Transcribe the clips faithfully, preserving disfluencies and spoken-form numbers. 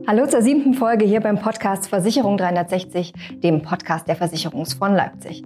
Hallo zur siebten Folge hier beim Podcast Versicherung dreihundertsechzig, dem Podcast der Versicherungsfonds Leipzig.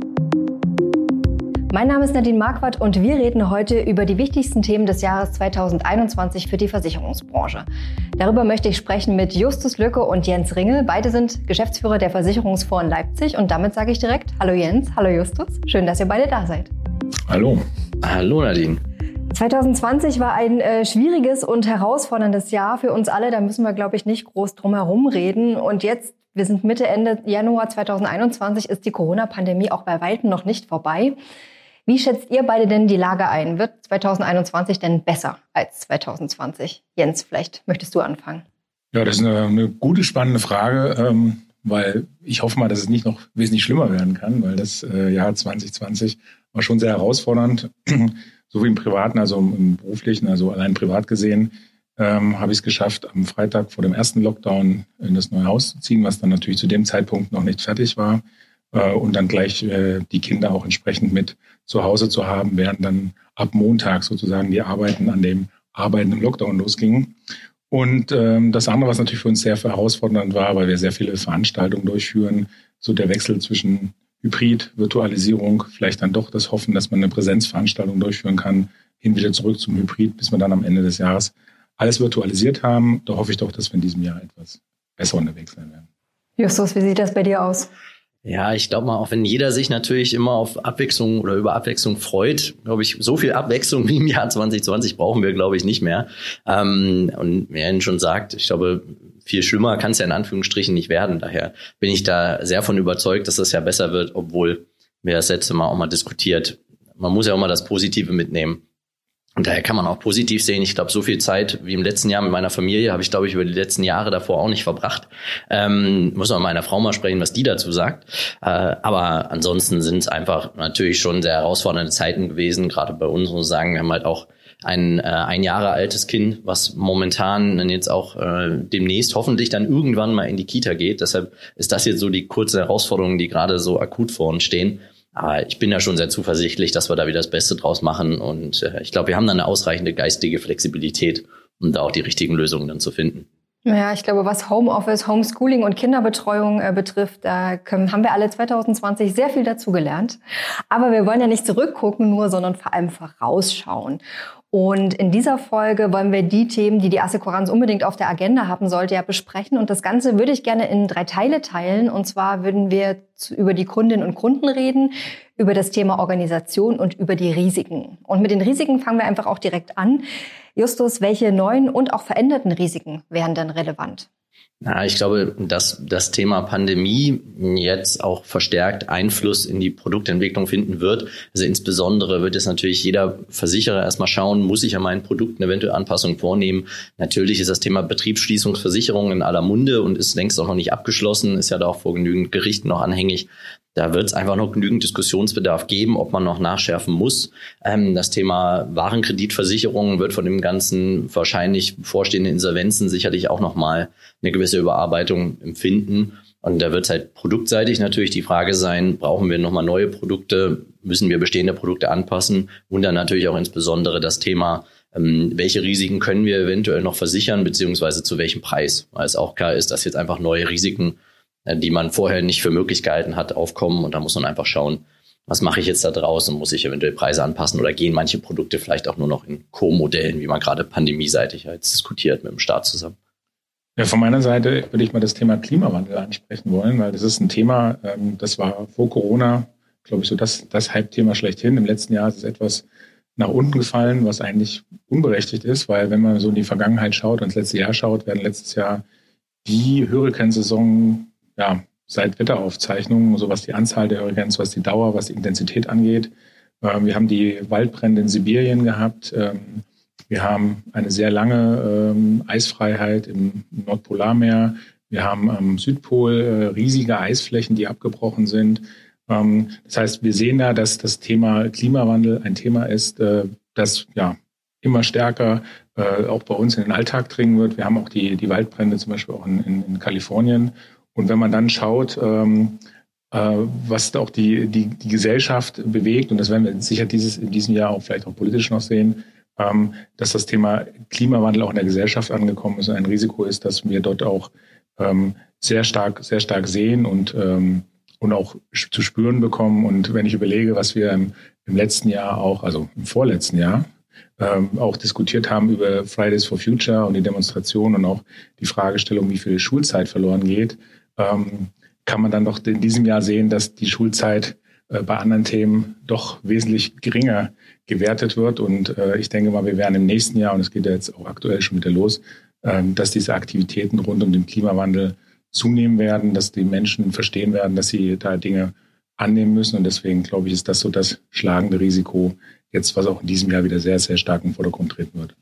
Mein Name ist Nadine Marquardt und wir reden heute über die wichtigsten Themen des Jahres zweitausendeinundzwanzig für die Versicherungsbranche. Darüber möchte ich sprechen mit Justus Lücke und Jens Ringel. Beide sind Geschäftsführer der Versicherungsfonds Leipzig und damit sage ich direkt Hallo Jens, hallo Justus. Schön, dass ihr beide da seid. Hallo. Hallo Nadine. zwanzig zwanzig war ein äh, schwieriges und herausforderndes Jahr für uns alle. Da müssen wir, glaube ich, nicht groß drum herum reden. Und jetzt, wir sind Mitte, Ende Januar zweitausendeinundzwanzig, ist die Corona-Pandemie auch bei Weitem noch nicht vorbei. Wie schätzt ihr beide denn die Lage ein? Wird zweitausendeinundzwanzig denn besser als zweitausendzwanzig? Jens, vielleicht möchtest du anfangen. Ja, das ist eine, eine gute, spannende Frage, ähm, weil ich hoffe mal, dass es nicht noch wesentlich schlimmer werden kann, weil das äh, Jahr zwanzig zwanzig war schon sehr herausfordernd. Sowohl im Privaten, also im Beruflichen, also allein privat gesehen, ähm, habe ich es geschafft, am Freitag vor dem ersten Lockdown in das neue Haus zu ziehen, was dann natürlich zu dem Zeitpunkt noch nicht fertig war. Äh, und dann gleich äh, die Kinder auch entsprechend mit zu Hause zu haben, während dann ab Montag sozusagen die Arbeiten an dem Arbeiten im Lockdown losgingen. Und ähm, das andere, was natürlich für uns sehr herausfordernd war, weil wir sehr viele Veranstaltungen durchführen, so der Wechsel zwischen Hybrid, Virtualisierung, vielleicht dann doch das Hoffen, dass man eine Präsenzveranstaltung durchführen kann, hin wieder zurück zum Hybrid, bis wir dann am Ende des Jahres alles virtualisiert haben. Da hoffe ich doch, dass wir in diesem Jahr etwas besser unterwegs sein werden. Justus, wie sieht das bei dir aus? Ja, ich glaube mal, auch wenn jeder sich natürlich immer auf Abwechslung oder über Abwechslung freut, glaube ich, so viel Abwechslung wie im Jahr zwanzig zwanzig brauchen wir, glaube ich, nicht mehr. Ähm, und wie Jan schon sagt, ich glaube, viel schlimmer kann es ja in Anführungsstrichen nicht werden. Daher bin ich da sehr von überzeugt, dass das ja besser wird, obwohl wir das letzte Mal auch mal diskutiert. Man muss ja auch mal das Positive mitnehmen. Und daher kann man auch positiv sehen. Ich glaube, so viel Zeit wie im letzten Jahr mit meiner Familie habe ich, glaube ich, über die letzten Jahre davor auch nicht verbracht. Ähm, muss man mit meiner Frau mal sprechen, was die dazu sagt. Äh, aber ansonsten sind es einfach natürlich schon sehr herausfordernde Zeiten gewesen. Gerade bei uns muss ich sagen, wir haben halt auch ein äh, ein Jahre altes Kind, was momentan dann jetzt auch äh, demnächst hoffentlich dann irgendwann mal in die Kita geht. Deshalb ist das jetzt so die kurze Herausforderung, die gerade so akut vor uns stehen. Aber ich bin ja schon sehr zuversichtlich, dass wir da wieder das Beste draus machen. Und äh, ich glaube, wir haben da eine ausreichende geistige Flexibilität, um da auch die richtigen Lösungen dann zu finden. Ja, ich glaube, was Homeoffice, Homeschooling und Kinderbetreuung äh, betrifft, da können, haben wir alle zwanzig zwanzig sehr viel dazugelernt. Aber wir wollen ja nicht zurückgucken nur, sondern vor allem vorausschauen. Und in dieser Folge wollen wir die Themen, die die Assekuranz unbedingt auf der Agenda haben sollte, ja besprechen. Und das Ganze würde ich gerne in drei Teile teilen. Und zwar würden wir zu, über die Kundinnen und Kunden reden, über das Thema Organisation und über die Risiken. Und mit den Risiken fangen wir einfach auch direkt an. Justus, welche neuen und auch veränderten Risiken wären denn relevant? Ja, ich glaube, dass das Thema Pandemie jetzt auch verstärkt Einfluss in die Produktentwicklung finden wird. Also insbesondere wird jetzt natürlich jeder Versicherer erstmal schauen, muss ich an meinen Produkten eventuell Anpassungen vornehmen. Natürlich ist das Thema Betriebsschließungsversicherung in aller Munde und ist längst auch noch nicht abgeschlossen, ist ja da auch vor genügend Gerichten noch anhängig. Da wird es einfach noch genügend Diskussionsbedarf geben, ob man noch nachschärfen muss. Ähm, das Thema Warenkreditversicherung wird von dem ganzen wahrscheinlich bevorstehenden Insolvenzen sicherlich auch nochmal eine gewisse Überarbeitung empfinden. Und da wird es halt produktseitig natürlich die Frage sein, brauchen wir nochmal neue Produkte, müssen wir bestehende Produkte anpassen? Und dann natürlich auch insbesondere das Thema, ähm, welche Risiken können wir eventuell noch versichern, beziehungsweise zu welchem Preis? Weil es auch klar ist, dass jetzt einfach neue Risiken, die man vorher nicht für möglich gehalten hat, aufkommen. Und da muss man einfach schauen, was mache ich jetzt da draus und muss ich eventuell Preise anpassen oder gehen manche Produkte vielleicht auch nur noch in Co-Modellen, wie man gerade pandemieseitig jetzt diskutiert mit dem Staat zusammen. Ja, von meiner Seite würde ich mal das Thema Klimawandel ansprechen wollen, weil das ist ein Thema, das war vor Corona, glaube ich, so das, das Hype-Thema schlechthin. Im letzten Jahr ist es etwas nach unten gefallen, was eigentlich unberechtigt ist, weil wenn man so in die Vergangenheit schaut und ins letzte Jahr schaut, werden letztes Jahr die Hurrikansaison ja, seit Wetteraufzeichnungen, so was die Anzahl der Hurrikans, was die Dauer, was die Intensität angeht. Ähm, wir haben die Waldbrände in Sibirien gehabt. Ähm, wir haben eine sehr lange ähm, Eisfreiheit im Nordpolarmeer. Wir haben am Südpol äh, riesige Eisflächen, die abgebrochen sind. Ähm, das heißt, wir sehen da, dass das Thema Klimawandel ein Thema ist, äh, das ja immer stärker äh, auch bei uns in den Alltag dringen wird. Wir haben auch die, die Waldbrände zum Beispiel auch in, in, in Kalifornien. Und wenn man dann schaut, ähm, äh, was auch die, die, die Gesellschaft bewegt, und das werden wir sicher dieses, in diesem Jahr auch vielleicht auch politisch noch sehen, ähm, dass das Thema Klimawandel auch in der Gesellschaft angekommen ist und ein Risiko ist, dass wir dort auch ähm, sehr stark, sehr stark sehen und, ähm, und auch zu spüren bekommen. Und wenn ich überlege, was wir im, im letzten Jahr auch, also im vorletzten Jahr, ähm, auch diskutiert haben über Fridays for Future und die Demonstration und auch die Fragestellung, wie viel Schulzeit verloren geht, ähm, kann man dann doch in diesem Jahr sehen, dass die Schulzeit äh, bei anderen Themen doch wesentlich geringer gewertet wird. Und äh, ich denke mal, wir werden im nächsten Jahr, und es geht ja jetzt auch aktuell schon wieder los, äh, dass diese Aktivitäten rund um den Klimawandel zunehmen werden, dass die Menschen verstehen werden, dass sie da Dinge annehmen müssen. Und deswegen, glaube ich, ist das so das schlagende Risiko jetzt, was auch in diesem Jahr wieder sehr, sehr stark im Vordergrund treten wird.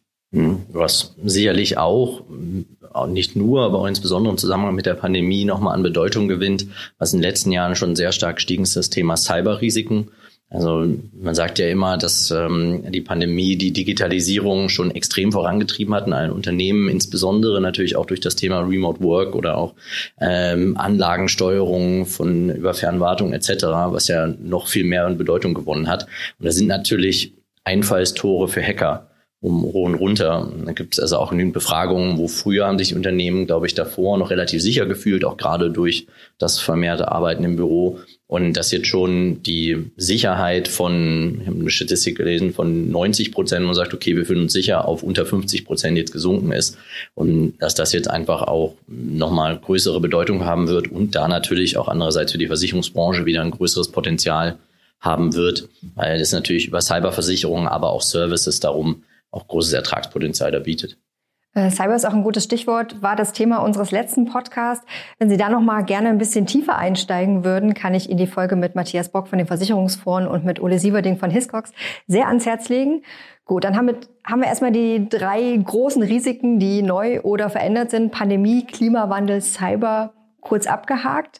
Was sicherlich auch, auch nicht nur, aber auch insbesondere im Zusammenhang mit der Pandemie nochmal an Bedeutung gewinnt, was in den letzten Jahren schon sehr stark gestiegen ist, das Thema Cyberrisiken. Also man sagt ja immer, dass ähm, die Pandemie die Digitalisierung schon extrem vorangetrieben hat in allen Unternehmen, insbesondere natürlich auch durch das Thema Remote Work oder auch ähm, Anlagensteuerung von über Fernwartung et cetera, was ja noch viel mehr an Bedeutung gewonnen hat. Und da sind natürlich Einfallstore für Hacker um hoch und runter. Da gibt es also auch genügend Befragungen, wo früher haben sich Unternehmen, glaube ich, davor noch relativ sicher gefühlt, auch gerade durch das vermehrte Arbeiten im Büro. Und dass jetzt schon die Sicherheit von, ich habe eine Statistik gelesen, von neunzig Prozent, man sagt, okay, wir fühlen uns sicher, auf unter fünfzig Prozent jetzt gesunken ist. Und dass das jetzt einfach auch nochmal größere Bedeutung haben wird und da natürlich auch andererseits für die Versicherungsbranche wieder ein größeres Potenzial haben wird, weil das natürlich über Cyberversicherungen, aber auch Services darum auch großes Ertragspotenzial da bietet. Cyber ist auch ein gutes Stichwort, war das Thema unseres letzten Podcasts. Wenn Sie da noch mal gerne ein bisschen tiefer einsteigen würden, kann ich Ihnen die Folge mit Matthias Bock von den Versicherungsfonds und mit Ole Sieverding von Hiscox sehr ans Herz legen. Gut, dann haben wir, haben wir erstmal die drei großen Risiken, die neu oder verändert sind. Pandemie, Klimawandel, Cyber kurz abgehakt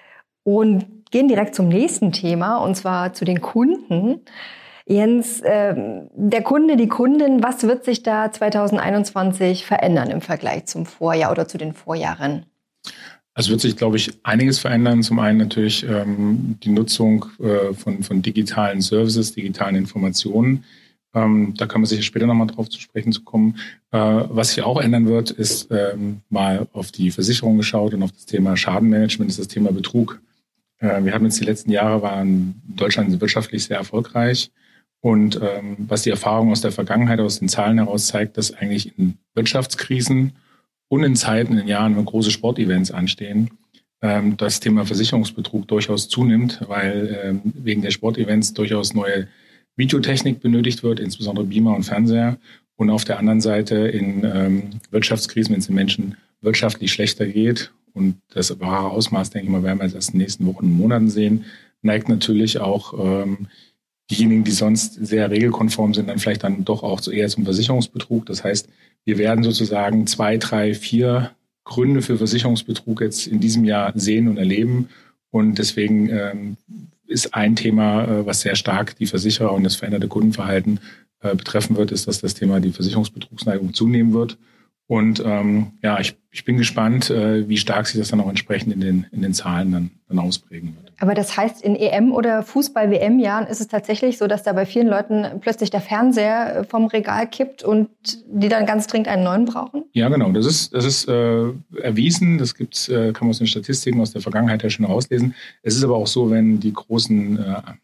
und gehen direkt zum nächsten Thema, und zwar zu den Kunden. Jens, äh, der Kunde, die Kundin, was wird sich da zwanzig einundzwanzig verändern im Vergleich zum Vorjahr oder zu den Vorjahren? Also wird sich, glaube ich, einiges verändern. Zum einen natürlich ähm, die Nutzung äh, von, von digitalen Services, digitalen Informationen. Ähm, da kann man sicher später nochmal drauf zu sprechen zu kommen. Äh, was sich auch ändern wird, ist ähm, mal auf die Versicherung geschaut und auf das Thema Schadenmanagement, ist das Thema Betrug. Äh, wir haben jetzt die letzten Jahre, waren in Deutschland wirtschaftlich sehr erfolgreich. Und ähm, was die Erfahrung aus der Vergangenheit, aus den Zahlen heraus zeigt, dass eigentlich in Wirtschaftskrisen und in Zeiten, in Jahren, wenn große Sportevents anstehen, ähm, das Thema Versicherungsbetrug durchaus zunimmt, weil ähm, wegen der Sportevents durchaus neue Videotechnik benötigt wird, insbesondere Beamer und Fernseher. Und auf der anderen Seite in ähm, Wirtschaftskrisen, wenn es den Menschen wirtschaftlich schlechter geht, und das wahre Ausmaß, denke ich mal, werden wir jetzt erst in den nächsten Wochen und Monaten sehen, neigt natürlich auch ähm, diejenigen, die sonst sehr regelkonform sind, dann vielleicht dann doch auch eher zum Versicherungsbetrug. Das heißt, wir werden sozusagen zwei, drei, vier Gründe für Versicherungsbetrug jetzt in diesem Jahr sehen und erleben. Und deswegen ähm, ist ein Thema, äh, was sehr stark die Versicherer und das veränderte Kundenverhalten äh, betreffen wird, ist, dass das Thema die Versicherungsbetrugsneigung zunehmen wird. Und ähm, ja, ich, ich bin gespannt, äh, wie stark sich das dann auch entsprechend in den, in den Zahlen dann, dann ausprägen wird. Aber das heißt, in E M- oder Fußball-W M-Jahren ist es tatsächlich so, dass da bei vielen Leuten plötzlich der Fernseher vom Regal kippt und die dann ganz dringend einen neuen brauchen? Ja, genau. Das ist, das ist äh, erwiesen. Das gibt's, äh, kann man aus den Statistiken aus der Vergangenheit ja schon rauslesen. Es ist aber auch so, wenn die großen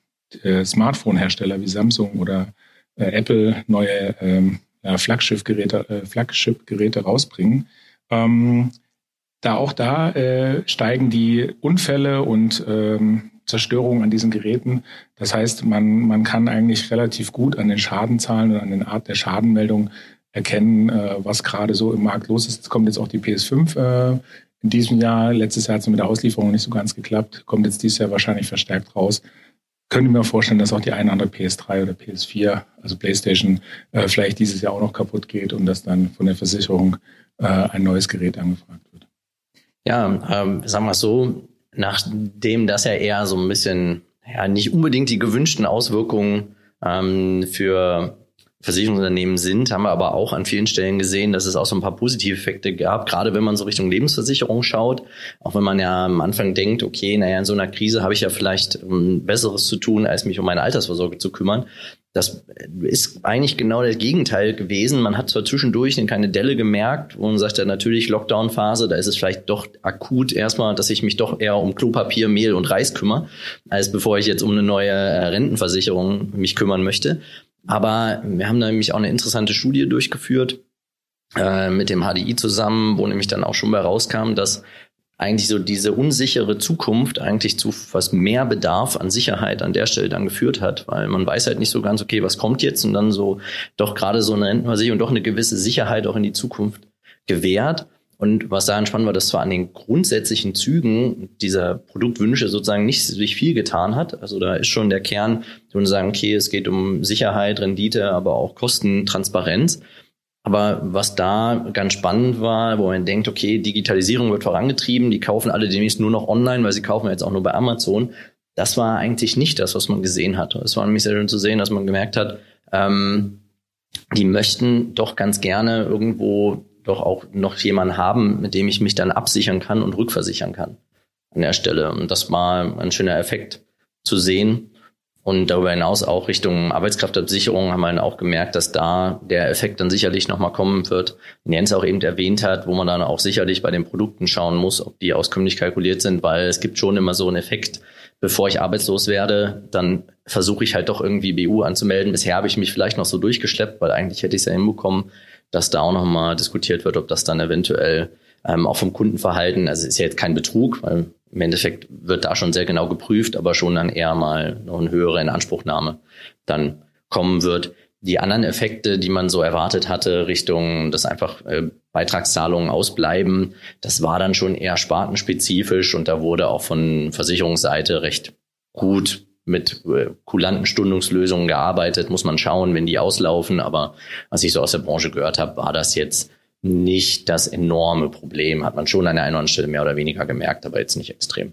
äh, Smartphone-Hersteller wie Samsung oder äh, Apple neue ähm, ja, Flaggschiff-Geräte, äh, Flaggschiff-Geräte rausbringen, ähm, da auch da äh, steigen die Unfälle und ähm, Zerstörungen an diesen Geräten. Das heißt, man, man kann eigentlich relativ gut an den Schadenzahlen und an der Art der Schadenmeldung erkennen, äh, was gerade so im Markt los ist. Jetzt kommt jetzt auch die P S fünf äh, in diesem Jahr. Letztes Jahr hat es mit der Auslieferung nicht so ganz geklappt. Kommt jetzt dieses Jahr wahrscheinlich verstärkt raus. Könnte mir vorstellen, dass auch die eine oder andere P S drei oder P S vier, also PlayStation, äh, vielleicht dieses Jahr auch noch kaputt geht und dass dann von der Versicherung äh, ein neues Gerät angefragt wird. Ja, ähm, sagen wir es so, nachdem das ja eher so ein bisschen, ja, nicht unbedingt die gewünschten Auswirkungen ähm, für Versicherungsunternehmen sind, haben wir aber auch an vielen Stellen gesehen, dass es auch so ein paar positive Effekte gab, gerade wenn man so Richtung Lebensversicherung schaut, auch wenn man ja am Anfang denkt, okay, naja, in so einer Krise habe ich ja vielleicht ähm, Besseres zu tun, als mich um meine Altersvorsorge zu kümmern. Das ist eigentlich genau das Gegenteil gewesen. Man hat zwar zwischendurch keine Delle gemerkt, wo man sagt, ja natürlich Lockdown-Phase, da ist es vielleicht doch akut erstmal, dass ich mich doch eher um Klopapier, Mehl und Reis kümmere, als bevor ich jetzt um eine neue Rentenversicherung mich kümmern möchte. Aber wir haben da nämlich auch eine interessante Studie durchgeführt äh, mit dem H D I zusammen, wo nämlich dann auch schon mal rauskam, dass eigentlich so diese unsichere Zukunft eigentlich zu was mehr Bedarf an Sicherheit an der Stelle dann geführt hat, weil man weiß halt nicht so ganz, okay, was kommt jetzt, und dann so doch gerade so eine Rentenversicherung doch eine gewisse Sicherheit auch in die Zukunft gewährt. Und was daran spannend war, dass zwar an den grundsätzlichen Zügen dieser Produktwünsche sozusagen nicht sich viel getan hat. Also da ist schon der Kern, wo wir sagen, okay, es geht um Sicherheit, Rendite, aber auch Kostentransparenz. Aber was da ganz spannend war, wo man denkt, okay, Digitalisierung wird vorangetrieben, die kaufen alle demnächst nur noch online, weil sie kaufen jetzt auch nur bei Amazon. Das war eigentlich nicht das, was man gesehen hat. Es war nämlich sehr schön zu sehen, dass man gemerkt hat, ähm, die möchten doch ganz gerne irgendwo doch auch noch jemanden haben, mit dem ich mich dann absichern kann und rückversichern kann an der Stelle. Und das war ein schöner Effekt zu sehen. Und darüber hinaus auch Richtung Arbeitskraftabsicherung haben wir dann auch gemerkt, dass da der Effekt dann sicherlich nochmal kommen wird. Den Jens auch eben erwähnt hat, wo man dann auch sicherlich bei den Produkten schauen muss, ob die auskömmlich kalkuliert sind, weil es gibt schon immer so einen Effekt, bevor ich arbeitslos werde, dann versuche ich halt doch irgendwie B U anzumelden. Bisher habe ich mich vielleicht noch so durchgeschleppt, weil eigentlich hätte ich es ja hinbekommen, dass da auch nochmal diskutiert wird, ob das dann eventuell ähm, auch vom Kundenverhalten, also es ist ja jetzt kein Betrug, weil im Endeffekt wird da schon sehr genau geprüft, aber schon dann eher mal noch eine höhere Inanspruchnahme dann kommen wird. Die anderen Effekte, die man so erwartet hatte, Richtung, dass einfach äh, Beitragszahlungen ausbleiben, das war dann schon eher spartenspezifisch und da wurde auch von Versicherungsseite recht gut mit äh, kulanten Stundungslösungen gearbeitet. Muss man schauen, wenn die auslaufen, aber was ich so aus der Branche gehört habe, war das jetzt nicht das enorme Problem. Hat man schon an der einen oder anderen Stelle mehr oder weniger gemerkt, aber jetzt nicht extrem.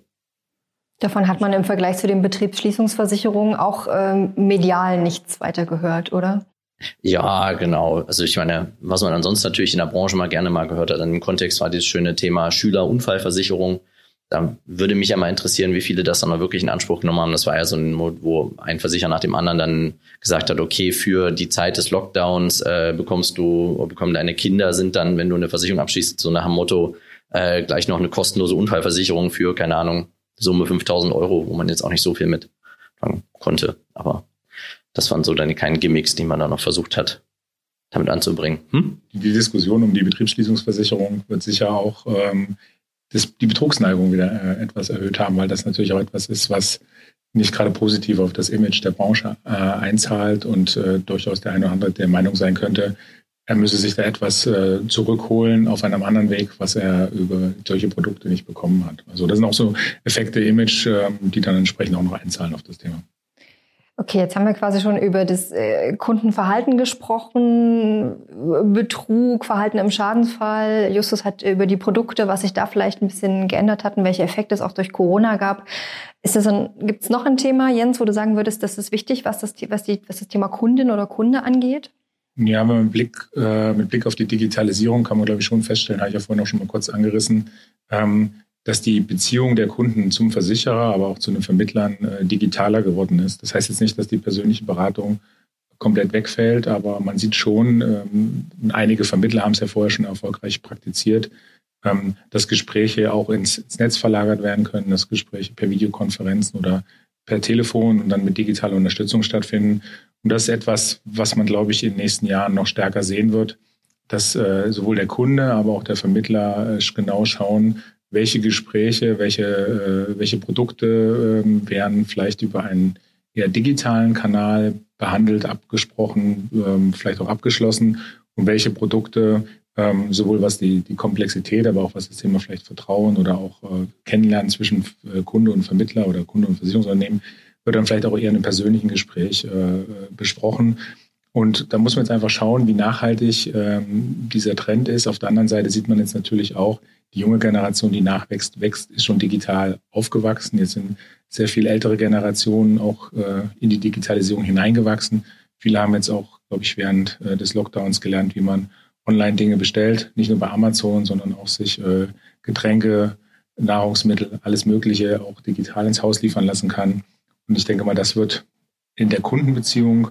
Davon hat man im Vergleich zu den Betriebsschließungsversicherungen auch ähm, medial nichts weiter gehört, oder? Ja, genau. Also ich meine, was man ansonsten natürlich in der Branche mal gerne mal gehört hat, in dem Kontext war dieses schöne Thema Schülerunfallversicherung. Da würde mich ja mal interessieren, wie viele das dann auch wirklich in Anspruch genommen haben. Das war ja so ein Mod, wo ein Versicherer nach dem anderen dann gesagt hat, okay, für die Zeit des Lockdowns äh, bekommst du, bekommen deine Kinder, sind dann, wenn du eine Versicherung abschließt, so nach dem Motto, äh, gleich noch eine kostenlose Unfallversicherung für, keine Ahnung, Summe fünftausend Euro, wo man jetzt auch nicht so viel mit fangen konnte. Aber das waren so dann die kleinen Gimmicks, die man dann noch versucht hat, damit anzubringen. Hm? Die Diskussion um die Betriebsschließungsversicherung wird sicher auch ähm, das, die Betrugsneigung wieder äh, etwas erhöht haben, weil das natürlich auch etwas ist, was nicht gerade positiv auf das Image der Branche äh, einzahlt und äh, durchaus der eine oder andere der Meinung sein könnte, er müsse sich da etwas äh, zurückholen auf einem anderen Weg, was er über solche Produkte nicht bekommen hat. Also das sind auch so Effekte, Image, äh, die dann entsprechend auch noch einzahlen auf das Thema. Okay, jetzt haben wir quasi schon über das äh, Kundenverhalten gesprochen, Betrug, Verhalten im Schadensfall. Justus hat über die Produkte, was sich da vielleicht ein bisschen geändert hat und welche Effekte es auch durch Corona gab. Ist das ein, gibt's noch ein Thema, Jens, wo du sagen würdest, das ist wichtig, was das, was die, was das Thema Kundin oder Kunde angeht? Ja, aber mit Blick, äh, mit Blick auf die Digitalisierung kann man, glaube ich, schon feststellen, habe ich ja vorhin auch schon mal kurz angerissen, ähm, dass die Beziehung der Kunden zum Versicherer, aber auch zu den Vermittlern äh, digitaler geworden ist. Das heißt jetzt nicht, dass die persönliche Beratung komplett wegfällt, aber man sieht schon, ähm, einige Vermittler haben es ja vorher schon erfolgreich praktiziert, ähm, dass Gespräche auch ins, ins Netz verlagert werden können, dass Gespräche per Videokonferenzen oder per Telefon und dann mit digitaler Unterstützung stattfinden. Und das ist etwas, was man, glaube ich, in den nächsten Jahren noch stärker sehen wird, dass äh, sowohl der Kunde, aber auch der Vermittler äh, genau schauen, welche Gespräche, welche, äh, welche Produkte äh, werden vielleicht über einen eher digitalen Kanal behandelt, abgesprochen, äh, vielleicht auch abgeschlossen und welche Produkte, äh, sowohl was die, die Komplexität, aber auch was das Thema vielleicht Vertrauen oder auch äh, Kennenlernen zwischen äh, Kunde und Vermittler oder Kunde und Versicherungsunternehmen, wird dann vielleicht auch eher in einem persönlichen Gespräch äh, besprochen. Und da muss man jetzt einfach schauen, wie nachhaltig ähm, dieser Trend ist. Auf der anderen Seite sieht man jetzt natürlich auch, die junge Generation, die nachwächst, wächst, ist schon digital aufgewachsen. Jetzt sind sehr viele ältere Generationen auch äh, in die Digitalisierung hineingewachsen. Viele haben jetzt auch, glaube ich, während äh, des Lockdowns gelernt, wie man online Dinge bestellt. Nicht nur bei Amazon, sondern auch sich äh, Getränke, Nahrungsmittel, alles Mögliche auch digital ins Haus liefern lassen kann. Und ich denke mal, das wird in der Kundenbeziehung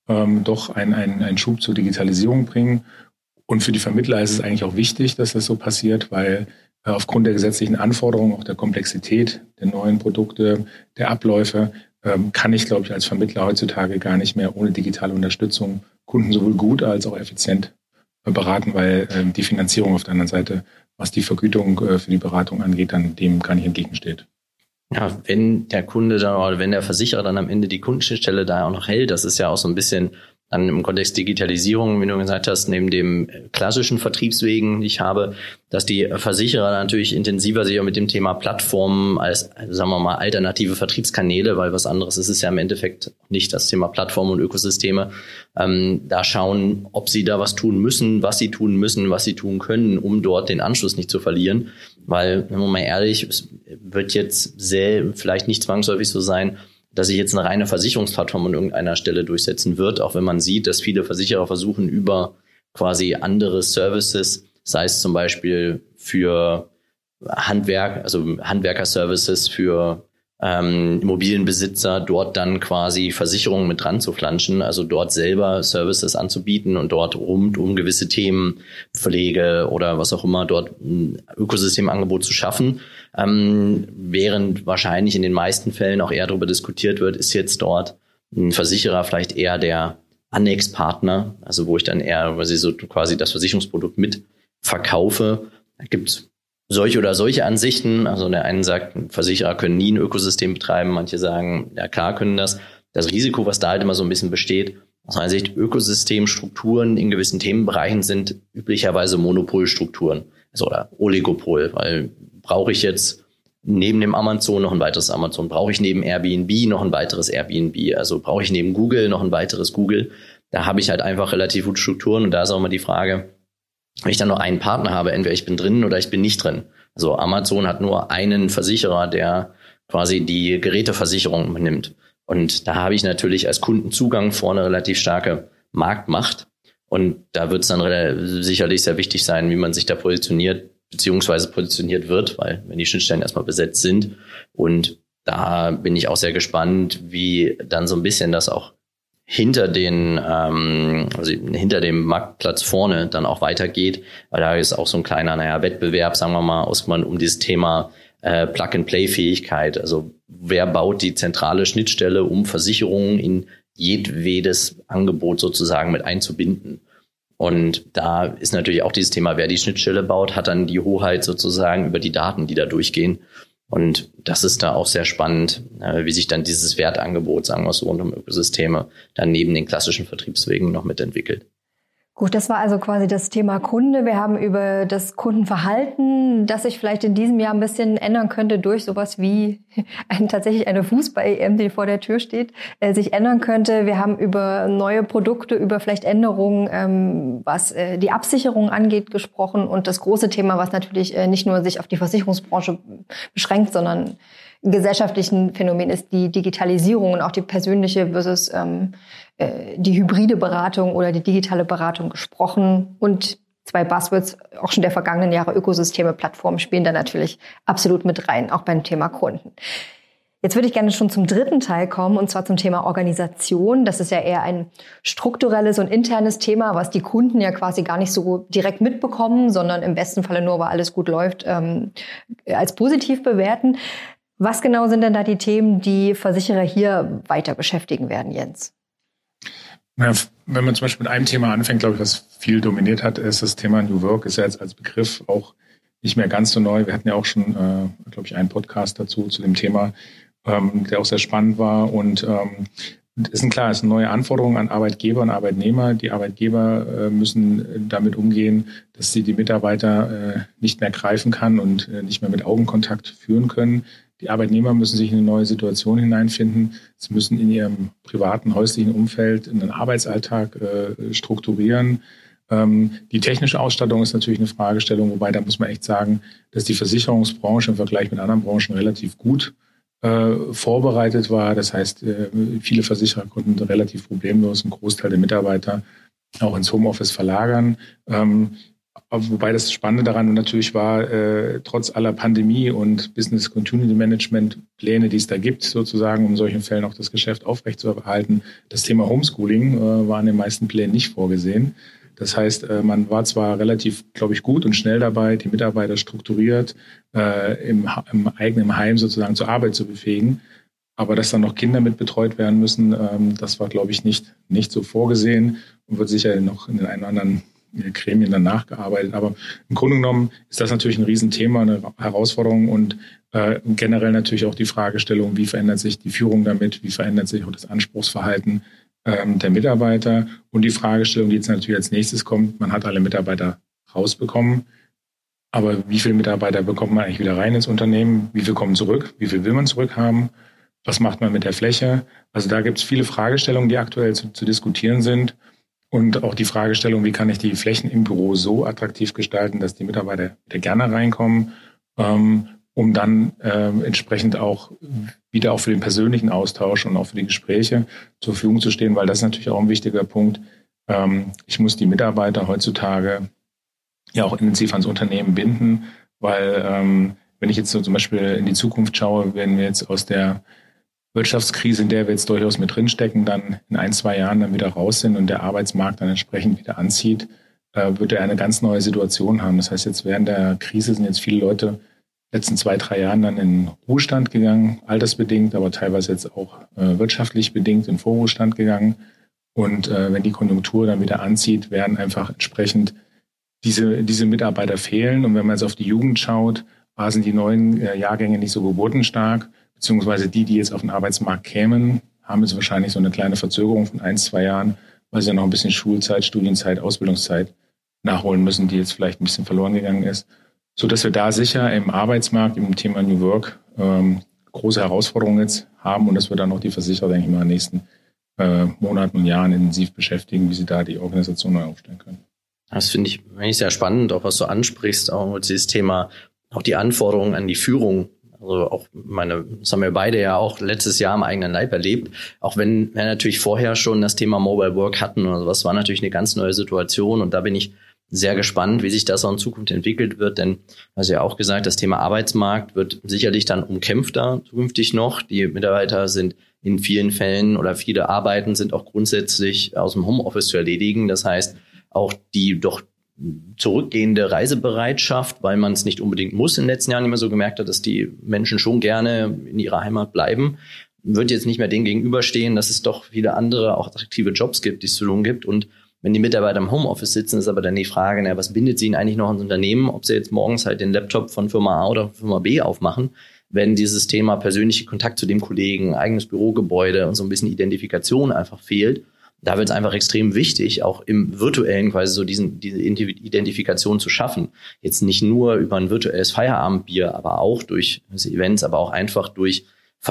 ähm, doch einen, einen, einen Schub zur Digitalisierung bringen. Und für die Vermittler ist es eigentlich auch wichtig, dass das so passiert, weil äh, aufgrund der gesetzlichen Anforderungen, auch der Komplexität der neuen Produkte, der Abläufe, ähm, kann ich, glaube ich, als Vermittler heutzutage gar nicht mehr ohne digitale Unterstützung Kunden sowohl gut als auch effizient äh, beraten, weil äh, die Finanzierung auf der anderen Seite, was die Vergütung äh, für die Beratung angeht, dann dem gar nicht entgegensteht. Ja, wenn der Kunde dann oder wenn der Versicherer dann am Ende die Kundenschnittstelle da auch noch hält, das ist ja auch so ein bisschen dann im Kontext Digitalisierung, wie du gesagt hast, neben dem klassischen Vertriebswegen, die ich habe, dass die Versicherer natürlich intensiver sich auch mit dem Thema Plattformen als, sagen wir mal, alternative Vertriebskanäle, weil was anderes ist es ja im Endeffekt nicht, das Thema Plattformen und Ökosysteme, ähm, da schauen, ob sie da was tun müssen, was sie tun müssen, was sie tun können, um dort den Anschluss nicht zu verlieren. Weil, wenn man mal ehrlich, es wird jetzt sehr, vielleicht nicht zwangsläufig so sein, dass sich jetzt eine reine Versicherungsplattform an irgendeiner Stelle durchsetzen wird, auch wenn man sieht, dass viele Versicherer versuchen, über quasi andere Services, sei es zum Beispiel für Handwerk, also Handwerker-Services für ähm, Immobilienbesitzer, dort dann quasi Versicherungen mit dran zu flanschen, also dort selber Services anzubieten und dort rund um gewisse Themen, Pflege oder was auch immer, dort ein Ökosystemangebot zu schaffen. Ähm, während wahrscheinlich in den meisten Fällen auch eher darüber diskutiert wird, ist jetzt dort ein Versicherer vielleicht eher der Annexpartner, also wo ich dann eher quasi so quasi das Versicherungsprodukt mit verkaufe. Da gibt's solche oder solche Ansichten. Also der eine sagt, Versicherer können nie ein Ökosystem betreiben. Manche sagen, ja klar können das. Das Risiko, was da halt immer so ein bisschen besteht, aus meiner Sicht, Ökosystemstrukturen in gewissen Themenbereichen sind üblicherweise Monopolstrukturen, also oder Oligopol, weil brauche ich jetzt neben dem Amazon noch ein weiteres Amazon, brauche ich neben Airbnb noch ein weiteres Airbnb, also brauche ich neben Google noch ein weiteres Google. Da habe ich halt einfach relativ gute Strukturen und da ist auch mal die Frage, wenn ich dann nur einen Partner habe, entweder ich bin drin oder ich bin nicht drin. Also Amazon hat nur einen Versicherer, der quasi die Geräteversicherung übernimmt. Und da habe ich natürlich als Kundenzugang vorne relativ starke Marktmacht. Und da wird es dann re- sicherlich sehr wichtig sein, wie man sich da positioniert, beziehungsweise positioniert wird, weil wenn die Schnittstellen erstmal besetzt sind. Und da bin ich auch sehr gespannt, wie dann so ein bisschen das auch hinter den, ähm, also hinter dem Marktplatz vorne dann auch weitergeht, weil da ist auch so ein kleiner, naja, Wettbewerb, sagen wir mal, aus man um dieses Thema äh, Plug-and-Play-Fähigkeit. Also wer baut die zentrale Schnittstelle, um Versicherungen in jedwedes Angebot sozusagen mit einzubinden? Und da ist natürlich auch dieses Thema, wer die Schnittstelle baut, hat dann die Hoheit sozusagen über die Daten, die da durchgehen. Und das ist da auch sehr spannend, wie sich dann dieses Wertangebot, sagen wir so, rund um Ökosysteme dann neben den klassischen Vertriebswegen noch mitentwickelt. Gut, das war also quasi das Thema Kunde. Wir haben über das Kundenverhalten, das sich vielleicht in diesem Jahr ein bisschen ändern könnte durch sowas wie ein, tatsächlich eine Fußball-E M, die vor der Tür steht, äh, sich ändern könnte. Wir haben über neue Produkte, über vielleicht Änderungen, ähm, was äh, die Absicherung angeht, gesprochen. Und das große Thema, was natürlich äh, nicht nur sich auf die Versicherungsbranche beschränkt, sondern gesellschaftlichen Phänomen ist die Digitalisierung und auch die persönliche versus ähm, äh, die hybride Beratung oder die digitale Beratung gesprochen. Und zwei Buzzwords auch schon der vergangenen Jahre, Ökosysteme, Plattformen, spielen da natürlich absolut mit rein, auch beim Thema Kunden. Jetzt würde ich gerne schon zum dritten Teil kommen, und zwar zum Thema Organisation. Das ist ja eher ein strukturelles und internes Thema, was die Kunden ja quasi gar nicht so direkt mitbekommen, sondern im besten Falle nur, weil alles gut läuft, ähm, als positiv bewerten. Was genau sind denn da die Themen, die Versicherer hier weiter beschäftigen werden, Jens? Ja, wenn man zum Beispiel mit einem Thema anfängt, glaube ich, was viel dominiert hat, ist das Thema New Work, ist ja jetzt als Begriff auch nicht mehr ganz so neu. Wir hatten ja auch schon, äh, glaube ich, einen Podcast dazu, zu dem Thema, ähm, der auch sehr spannend war. Und ähm, ist ein klar, es sind neue Anforderungen an Arbeitgeber und Arbeitnehmer. Die Arbeitgeber äh, müssen damit umgehen, dass sie die Mitarbeiter äh, nicht mehr greifen kann und äh, nicht mehr mit Augenkontakt führen können. Die Arbeitnehmer müssen sich in eine neue Situation hineinfinden. Sie müssen in ihrem privaten, häuslichen Umfeld einen Arbeitsalltag äh, strukturieren. Ähm, die technische Ausstattung ist natürlich eine Fragestellung, wobei da muss man echt sagen, dass die Versicherungsbranche im Vergleich mit anderen Branchen relativ gut äh, vorbereitet war. Das heißt, äh, viele Versicherer konnten relativ problemlos einen Großteil der Mitarbeiter auch ins Homeoffice verlagern. Ähm, wobei das Spannende daran natürlich war, äh, trotz aller Pandemie und Business Continuity Management Pläne, die es da gibt, sozusagen, um in solchen Fällen auch das Geschäft aufrechtzuerhalten, das Thema Homeschooling äh, war in den meisten Plänen nicht vorgesehen. Das heißt, äh, man war zwar relativ, glaube ich, gut und schnell dabei, die Mitarbeiter strukturiert äh, im, im eigenen Heim sozusagen zur Arbeit zu befähigen, aber dass dann noch Kinder mit betreut werden müssen, ähm, das war, glaube ich, nicht, nicht so vorgesehen und wird sicher noch in den einen oder anderen Gremien dann nachgearbeitet. Aber im Grunde genommen ist das natürlich ein Riesenthema, eine Herausforderung und äh, generell natürlich auch die Fragestellung, wie verändert sich die Führung damit, wie verändert sich auch das Anspruchsverhalten ähm, der Mitarbeiter und die Fragestellung, die jetzt natürlich als nächstes kommt, man hat alle Mitarbeiter rausbekommen, aber wie viele Mitarbeiter bekommt man eigentlich wieder rein ins Unternehmen, wie viel kommen zurück, wie viel will man zurückhaben, was macht man mit der Fläche? Also da gibt es viele Fragestellungen, die aktuell zu, zu diskutieren sind. Und auch die Fragestellung, wie kann ich die Flächen im Büro so attraktiv gestalten, dass die Mitarbeiter wieder gerne reinkommen, ähm, um dann äh, entsprechend auch wieder auch für den persönlichen Austausch und auch für die Gespräche zur Verfügung zu stehen, weil das ist natürlich auch ein wichtiger Punkt. Ähm, ich muss die Mitarbeiter heutzutage ja auch intensiv ans Unternehmen binden, weil ähm, wenn ich jetzt so zum Beispiel in die Zukunft schaue, werden wir jetzt aus der Wirtschaftskrise, in der wir jetzt durchaus mit drinstecken, dann in ein, zwei Jahren dann wieder raus sind und der Arbeitsmarkt dann entsprechend wieder anzieht, äh, wird er eine ganz neue Situation haben. Das heißt, jetzt während der Krise sind jetzt viele Leute in den letzten zwei, drei Jahren dann in Ruhestand gegangen, altersbedingt, aber teilweise jetzt auch äh, wirtschaftlich bedingt in Vorruhestand gegangen. Und äh, wenn die Konjunktur dann wieder anzieht, werden einfach entsprechend diese, diese Mitarbeiter fehlen. Und wenn man jetzt auf die Jugend schaut, A, sind die neuen äh, Jahrgänge nicht so geburtenstark, beziehungsweise die, die jetzt auf den Arbeitsmarkt kämen, haben jetzt wahrscheinlich so eine kleine Verzögerung von ein, zwei Jahren, weil sie ja noch ein bisschen Schulzeit, Studienzeit, Ausbildungszeit nachholen müssen, die jetzt vielleicht ein bisschen verloren gegangen ist. So dass wir da sicher im Arbeitsmarkt, im Thema New Work, ähm, große Herausforderungen jetzt haben und dass wir dann auch die Versicherer, denke ich mal, in den nächsten äh, Monaten und Jahren intensiv beschäftigen, wie sie da die Organisation neu aufstellen können. Das finde ich eigentlich sehr spannend, auch was du ansprichst, auch dieses Thema, auch die Anforderungen an die Führung. Also auch meine, das haben wir beide ja auch letztes Jahr am eigenen Leib erlebt. Auch wenn wir natürlich vorher schon das Thema Mobile Work hatten oder sowas, war natürlich eine ganz neue Situation. Und da bin ich sehr gespannt, wie sich das auch in Zukunft entwickelt wird. Denn, hast du ja auch gesagt, das Thema Arbeitsmarkt wird sicherlich dann umkämpfter zukünftig noch. Die Mitarbeiter sind in vielen Fällen oder viele Arbeiten sind auch grundsätzlich aus dem Homeoffice zu erledigen. Das heißt, auch die doch zurückgehende Reisebereitschaft, weil man es nicht unbedingt muss, in den letzten Jahren immer so gemerkt hat, dass die Menschen schon gerne in ihrer Heimat bleiben, wird jetzt nicht mehr dem gegenüberstehen, dass es doch viele andere auch attraktive Jobs gibt, die es zu tun gibt. Und wenn die Mitarbeiter im Homeoffice sitzen, ist aber dann die Frage, na, was bindet sie ihnen eigentlich noch ins Unternehmen? Ob sie jetzt morgens halt den Laptop von Firma A oder Firma B aufmachen, wenn dieses Thema persönliche Kontakt zu dem Kollegen, eigenes Bürogebäude und so ein bisschen Identifikation einfach fehlt. Da wird es einfach extrem wichtig, auch im Virtuellen quasi so diesen, diese Identifikation zu schaffen. Jetzt nicht nur über ein virtuelles Feierabendbier, aber auch durch Events, aber auch einfach durch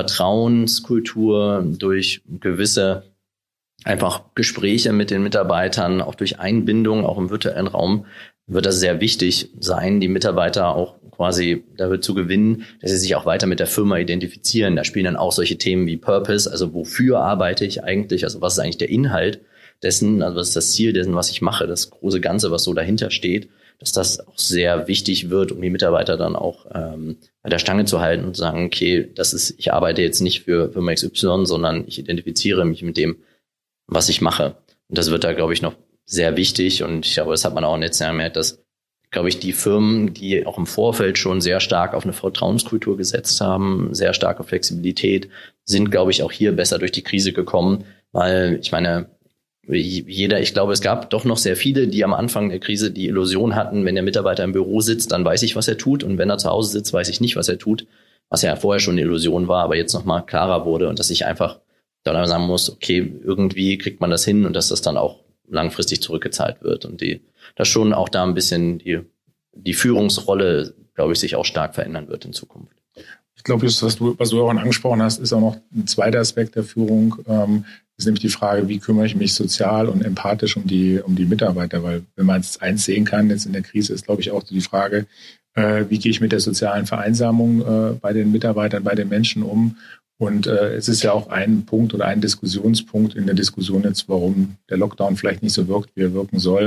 Vertrauenskultur, durch gewisse einfach Gespräche mit den Mitarbeitern, auch durch Einbindung, auch im virtuellen Raum, wird das sehr wichtig sein, die Mitarbeiter auch quasi dafür zu gewinnen, dass sie sich auch weiter mit der Firma identifizieren. Da spielen dann auch solche Themen wie Purpose, also wofür arbeite ich eigentlich, also was ist eigentlich der Inhalt dessen, also was ist das Ziel dessen, was ich mache, das große Ganze, was so dahinter steht, dass das auch sehr wichtig wird, um die Mitarbeiter dann auch ähm, bei der Stange zu halten und zu sagen, okay, das ist, ich arbeite jetzt nicht für Firma X Y, sondern ich identifiziere mich mit dem, was ich mache. Und das wird da, glaube ich, noch sehr wichtig. Und ich glaube, das hat man auch in den letzten Jahren gemerkt, dass, glaube ich, die Firmen, die auch im Vorfeld schon sehr stark auf eine Vertrauenskultur gesetzt haben, sehr stark auf Flexibilität, sind, glaube ich, auch hier besser durch die Krise gekommen. Weil, ich meine, jeder, ich glaube, es gab doch noch sehr viele, die am Anfang der Krise die Illusion hatten, wenn der Mitarbeiter im Büro sitzt, dann weiß ich, was er tut. Und wenn er zu Hause sitzt, weiß ich nicht, was er tut. Was ja vorher schon eine Illusion war, aber jetzt nochmal klarer wurde. Und dass ich einfach dann sagen muss, okay, irgendwie kriegt man das hin und dass das dann auch langfristig zurückgezahlt wird und die, dass schon auch da ein bisschen die, die Führungsrolle, glaube ich, sich auch stark verändern wird in Zukunft. Ich glaube, was du, was du auch angesprochen hast, ist auch noch ein zweiter Aspekt der Führung, ähm, ist nämlich die Frage, wie kümmere ich mich sozial und empathisch um die, um die Mitarbeiter, weil wenn man jetzt eins sehen kann, jetzt in der Krise ist, glaube ich, auch die Frage, äh, wie gehe ich mit der sozialen Vereinsamung äh, bei den Mitarbeitern, bei den Menschen um? Und äh, es ist ja auch ein Punkt oder ein Diskussionspunkt in der Diskussion jetzt, warum der Lockdown vielleicht nicht so wirkt, wie er wirken soll,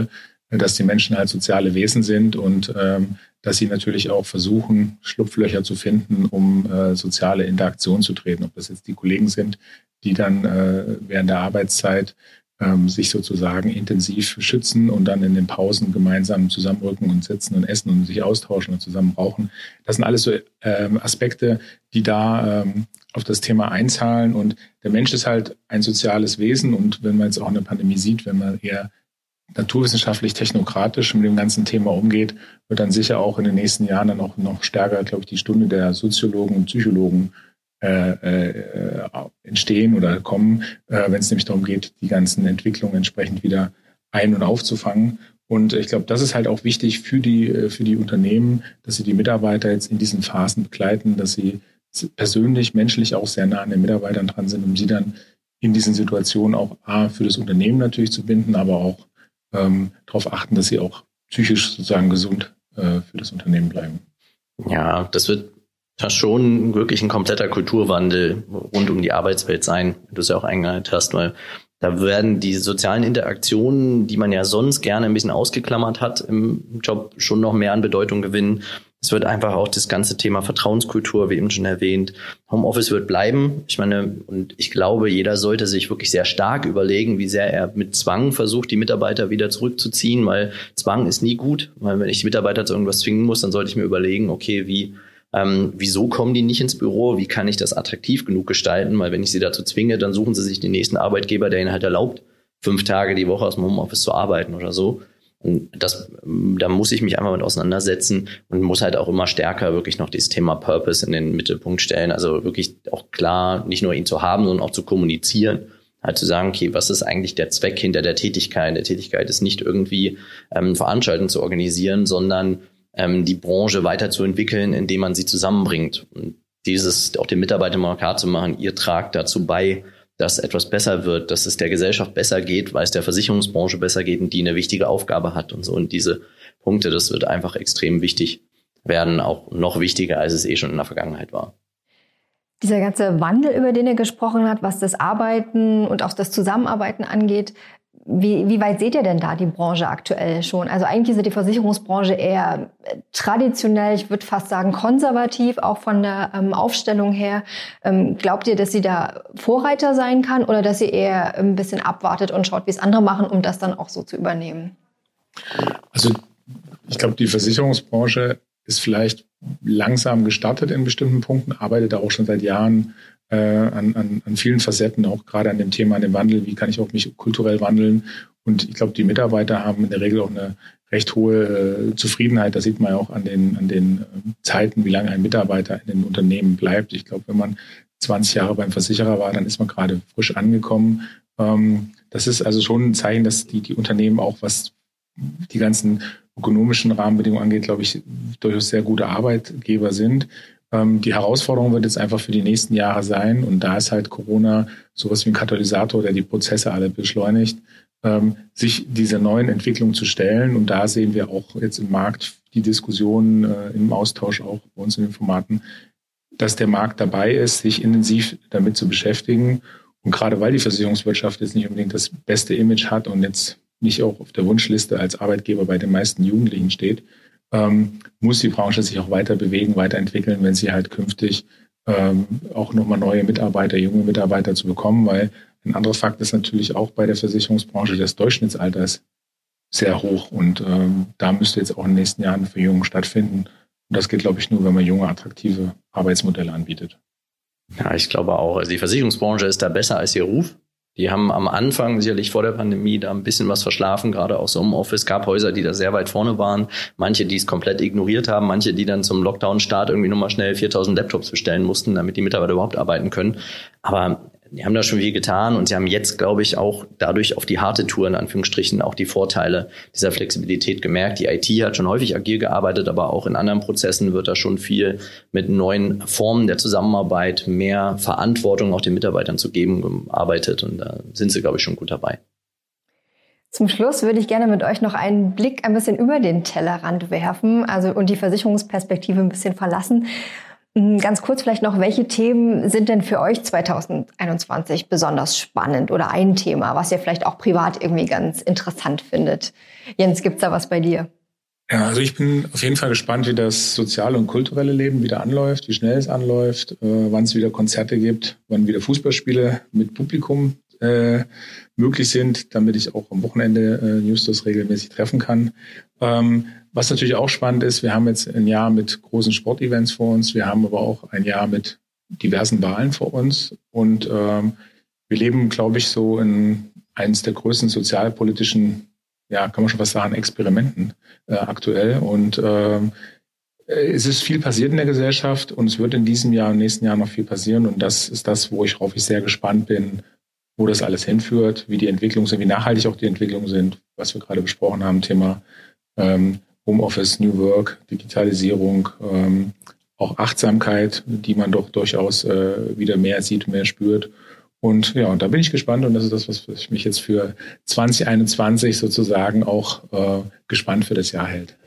dass die Menschen halt soziale Wesen sind und ähm, dass sie natürlich auch versuchen, Schlupflöcher zu finden, um äh, soziale Interaktion zu treten. Ob das jetzt die Kollegen sind, die dann äh, während der Arbeitszeit ähm, sich sozusagen intensiv schützen und dann in den Pausen gemeinsam zusammenrücken und sitzen und essen und sich austauschen und zusammen rauchen. Das sind alles so ähm, Aspekte, die da ähm, auf das Thema einzahlen. Und der Mensch ist halt ein soziales Wesen. Und wenn man jetzt auch eine Pandemie sieht, wenn man eher naturwissenschaftlich, technokratisch mit dem ganzen Thema umgeht, wird dann sicher auch in den nächsten Jahren dann auch noch stärker, glaube ich, die Stunde der Soziologen und Psychologen äh, äh, entstehen oder kommen, äh, wenn es nämlich darum geht, die ganzen Entwicklungen entsprechend wieder ein- und aufzufangen. Und ich glaube, das ist halt auch wichtig für die, für die Unternehmen, dass sie die Mitarbeiter jetzt in diesen Phasen begleiten, dass sie persönlich, menschlich auch sehr nah an den Mitarbeitern dran sind, um sie dann in diesen Situationen auch A, für das Unternehmen natürlich zu binden, aber auch ähm, darauf achten, dass sie auch psychisch sozusagen gesund äh, für das Unternehmen bleiben. Ja, das wird das schon wirklich ein kompletter Kulturwandel rund um die Arbeitswelt sein, wie du es ja auch eingeleitet hast, weil da werden die sozialen Interaktionen, die man ja sonst gerne ein bisschen ausgeklammert hat im Job, schon noch mehr an Bedeutung gewinnen. Es wird einfach auch das ganze Thema Vertrauenskultur, wie eben schon erwähnt. Homeoffice wird bleiben. Ich meine, und ich glaube, jeder sollte sich wirklich sehr stark überlegen, wie sehr er mit Zwang versucht, die Mitarbeiter wieder zurückzuziehen, weil Zwang ist nie gut. Weil wenn ich die Mitarbeiter zu irgendwas zwingen muss, dann sollte ich mir überlegen, okay, wie ähm, wieso kommen die nicht ins Büro? Wie kann ich das attraktiv genug gestalten? Weil wenn ich sie dazu zwinge, dann suchen sie sich den nächsten Arbeitgeber, der ihnen halt erlaubt, fünf Tage die Woche aus dem Homeoffice zu arbeiten oder so. Und das, da muss ich mich einfach mit auseinandersetzen und muss halt auch immer stärker wirklich noch dieses Thema Purpose in den Mittelpunkt stellen. Also wirklich auch klar, nicht nur ihn zu haben, sondern auch zu kommunizieren. Halt zu sagen, okay, was ist eigentlich der Zweck hinter der Tätigkeit? Der Tätigkeit ist nicht irgendwie ähm, Veranstaltungen zu organisieren, sondern ähm, die Branche weiterzuentwickeln, indem man sie zusammenbringt. Und dieses auch den Mitarbeitern mal klar zu machen, ihr tragt dazu bei, dass etwas besser wird, dass es der Gesellschaft besser geht, weil es der Versicherungsbranche besser geht und die eine wichtige Aufgabe hat und so. Und diese Punkte, das wird einfach extrem wichtig werden, auch noch wichtiger, als es eh schon in der Vergangenheit war. Dieser ganze Wandel, über den ihr gesprochen habt, was das Arbeiten und auch das Zusammenarbeiten angeht, wie, wie weit seht ihr denn da die Branche aktuell schon? Also eigentlich ist die Versicherungsbranche eher traditionell, ich würde fast sagen konservativ, auch von der ähm, Aufstellung her. Ähm, glaubt ihr, dass sie da Vorreiter sein kann oder dass sie eher ein bisschen abwartet und schaut, wie es andere machen, um das dann auch so zu übernehmen? Also ich glaube, die Versicherungsbranche ist vielleicht langsam gestartet in bestimmten Punkten, arbeitet da auch schon seit Jahren äh, an, an, an vielen Facetten, auch gerade an dem Thema, an dem Wandel, wie kann ich auch mich kulturell wandeln. Und ich glaube, die Mitarbeiter haben in der Regel auch eine recht hohe äh, Zufriedenheit. Das sieht man ja auch an den, an den äh, Zeiten, wie lange ein Mitarbeiter in den Unternehmen bleibt. Ich glaube, wenn man zwanzig Jahre beim Versicherer war, dann ist man gerade frisch angekommen. Ähm, das ist also schon ein Zeichen, dass die, die Unternehmen auch, was die ganzen ökonomischen Rahmenbedingungen angeht, glaube ich, durchaus sehr gute Arbeitgeber sind. Ähm, die Herausforderung wird jetzt einfach für die nächsten Jahre sein. Und da ist halt Corona sowas wie ein Katalysator, der die Prozesse alle beschleunigt, ähm, sich dieser neuen Entwicklung zu stellen. Und da sehen wir auch jetzt im Markt die Diskussionen äh, im Austausch auch bei uns in den Formaten, dass der Markt dabei ist, sich intensiv damit zu beschäftigen. Und gerade weil die Versicherungswirtschaft jetzt nicht unbedingt das beste Image hat und jetzt nicht auch auf der Wunschliste als Arbeitgeber bei den meisten Jugendlichen steht, ähm, muss die Branche sich auch weiter bewegen, weiterentwickeln, wenn sie halt künftig ähm, auch nochmal neue Mitarbeiter, junge Mitarbeiter zu bekommen, weil ein anderer Fakt ist natürlich auch bei der Versicherungsbranche, das Durchschnittsalter ist sehr hoch und ähm, da müsste jetzt auch in den nächsten Jahren eine Verjüngung stattfinden. Und das geht, glaube ich, nur, wenn man junge, attraktive Arbeitsmodelle anbietet. Ja, ich glaube auch. Also die Versicherungsbranche ist da besser als ihr Ruf. Die haben am Anfang, sicherlich vor der Pandemie, da ein bisschen was verschlafen, gerade aus Homeoffice. Es gab Häuser, die da sehr weit vorne waren, manche, die es komplett ignoriert haben, manche, die dann zum Lockdown-Start irgendwie nochmal schnell viertausend Laptops bestellen mussten, damit die Mitarbeiter überhaupt arbeiten können. Aber die haben da schon viel getan und sie haben jetzt, glaube ich, auch dadurch auf die harte Tour, in Anführungsstrichen, auch die Vorteile dieser Flexibilität gemerkt. Die I T hat schon häufig agil gearbeitet, aber auch in anderen Prozessen wird da schon viel mit neuen Formen der Zusammenarbeit, mehr Verantwortung auch den Mitarbeitern zu geben, gearbeitet und da sind sie, glaube ich, schon gut dabei. Zum Schluss würde ich gerne mit euch noch einen Blick ein bisschen über den Tellerrand werfen, also und die Versicherungsperspektive ein bisschen verlassen. Ganz kurz vielleicht noch, welche Themen sind denn für euch zwanzig einundzwanzig besonders spannend oder ein Thema, was ihr vielleicht auch privat irgendwie ganz interessant findet? Jens, gibt's da was bei dir? Ja, also ich bin auf jeden Fall gespannt, wie das soziale und kulturelle Leben wieder anläuft, wie schnell es anläuft, äh, wann es wieder Konzerte gibt, wann wieder Fußballspiele mit Publikum äh, möglich sind, damit ich auch am Wochenende äh, Justus regelmäßig treffen kann. Ähm, was natürlich auch spannend ist, wir haben jetzt ein Jahr mit großen Sportevents vor uns, wir haben aber auch ein Jahr mit diversen Wahlen vor uns und ähm, wir leben, glaube ich, so in eines der größten sozialpolitischen, ja, kann man schon fast sagen, Experimenten äh, aktuell. Und ähm, es ist viel passiert in der Gesellschaft und es wird in diesem Jahr und nächsten Jahr noch viel passieren. Und das ist das, worauf ich sehr gespannt bin, wo das alles hinführt, wie die Entwicklungen sind, wie nachhaltig auch die Entwicklungen sind, was wir gerade besprochen haben, Thema ähm, Homeoffice, New Work, Digitalisierung, ähm, auch Achtsamkeit, die man doch durchaus äh, wieder mehr sieht, mehr spürt. Und ja, und da bin ich gespannt und das ist das, was mich jetzt für zwanzig einundzwanzig sozusagen auch äh, gespannt für das Jahr hält.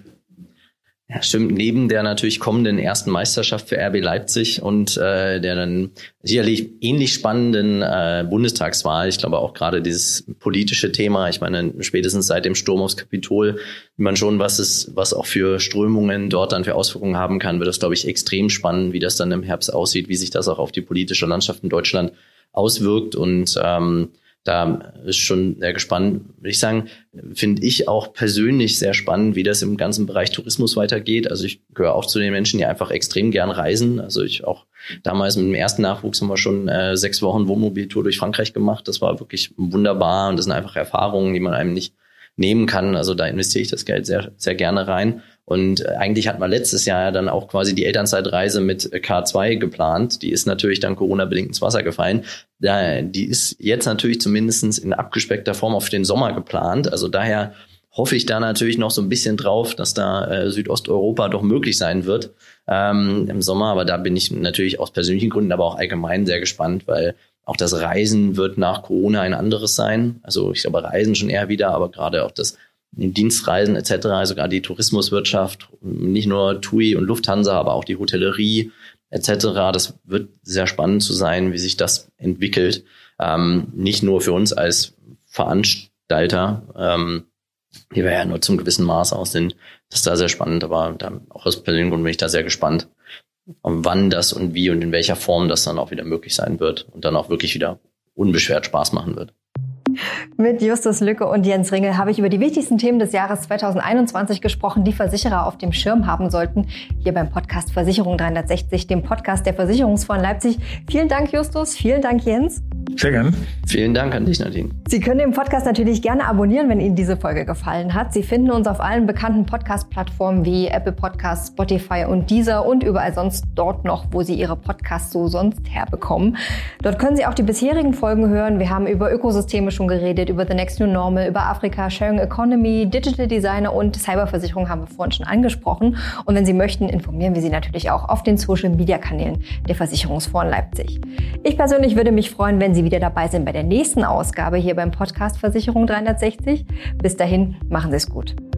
Ja, stimmt. Neben der natürlich kommenden ersten Meisterschaft für R B Leipzig und äh, der dann sicherlich ähnlich spannenden äh, Bundestagswahl, ich glaube auch gerade dieses politische Thema, ich meine spätestens seit dem Sturm aufs Kapitol, wie man schon was ist, was auch für Strömungen dort dann für Auswirkungen haben kann, wird das, glaube ich, extrem spannend, wie das dann im Herbst aussieht, wie sich das auch auf die politische Landschaft in Deutschland auswirkt und ähm, da ist schon sehr gespannt, würde ich sagen, finde ich auch persönlich sehr spannend, wie das im ganzen Bereich Tourismus weitergeht. Also ich gehöre auch zu den Menschen, die einfach extrem gern reisen. Also ich auch damals mit dem ersten Nachwuchs haben wir schon äh, sechs Wochen Wohnmobiltour durch Frankreich gemacht. Das war wirklich wunderbar und das sind einfach Erfahrungen, die man einem nicht nehmen kann. Also da investiere ich das Geld sehr, sehr gerne rein. Und eigentlich hat man letztes Jahr ja dann auch quasi die Elternzeitreise mit K zwei geplant. Die ist natürlich dann Corona-bedingt ins Wasser gefallen. Da, die ist jetzt natürlich zumindest in abgespeckter Form auf den Sommer geplant. Also daher hoffe ich da natürlich noch so ein bisschen drauf, dass da äh, Südosteuropa doch möglich sein wird ähm, im Sommer. Aber da bin ich natürlich aus persönlichen Gründen, aber auch allgemein sehr gespannt, weil auch das Reisen wird nach Corona ein anderes sein. Also ich glaube, Reisen schon eher wieder, aber gerade auch das Dienstreisen et cetera, sogar die Tourismuswirtschaft, nicht nur T U I und Lufthansa, aber auch die Hotellerie et cetera. Das wird sehr spannend zu sein, wie sich das entwickelt. Ähm, nicht nur für uns als Veranstalter, ähm, die wir ja nur zum gewissen Maß aus sind. Das ist da sehr spannend, aber da, auch aus persönlichen Gründen bin ich da sehr gespannt, wann das und wie und in welcher Form das dann auch wieder möglich sein wird und dann auch wirklich wieder unbeschwert Spaß machen wird. Mit Justus Lücke und Jens Ringel habe ich über die wichtigsten Themen des Jahres zwanzig einundzwanzig gesprochen, die Versicherer auf dem Schirm haben sollten. Hier beim Podcast Versicherung dreihundertsechzig, dem Podcast der Versicherungsfonds Leipzig. Vielen Dank, Justus. Vielen Dank, Jens. Sehr gerne. Vielen Dank an dich, Nadine. Sie können den Podcast natürlich gerne abonnieren, wenn Ihnen diese Folge gefallen hat. Sie finden uns auf allen bekannten Podcast-Plattformen wie Apple Podcasts, Spotify und Deezer und überall sonst dort noch, wo Sie Ihre Podcasts so sonst herbekommen. Dort können Sie auch die bisherigen Folgen hören. Wir haben über Ökosysteme schon geredet, über The Next New Normal, über Afrika, Sharing Economy, Digital Designer und Cyberversicherung haben wir vorhin schon angesprochen. Und wenn Sie möchten, informieren wir Sie natürlich auch auf den Social-Media-Kanälen der Versicherungsfonds Leipzig. Ich persönlich würde mich freuen, wenn Sie wieder dabei sind bei der nächsten Ausgabe hier beim Podcast Versicherung dreihundertsechzig. Bis dahin, machen Sie es gut.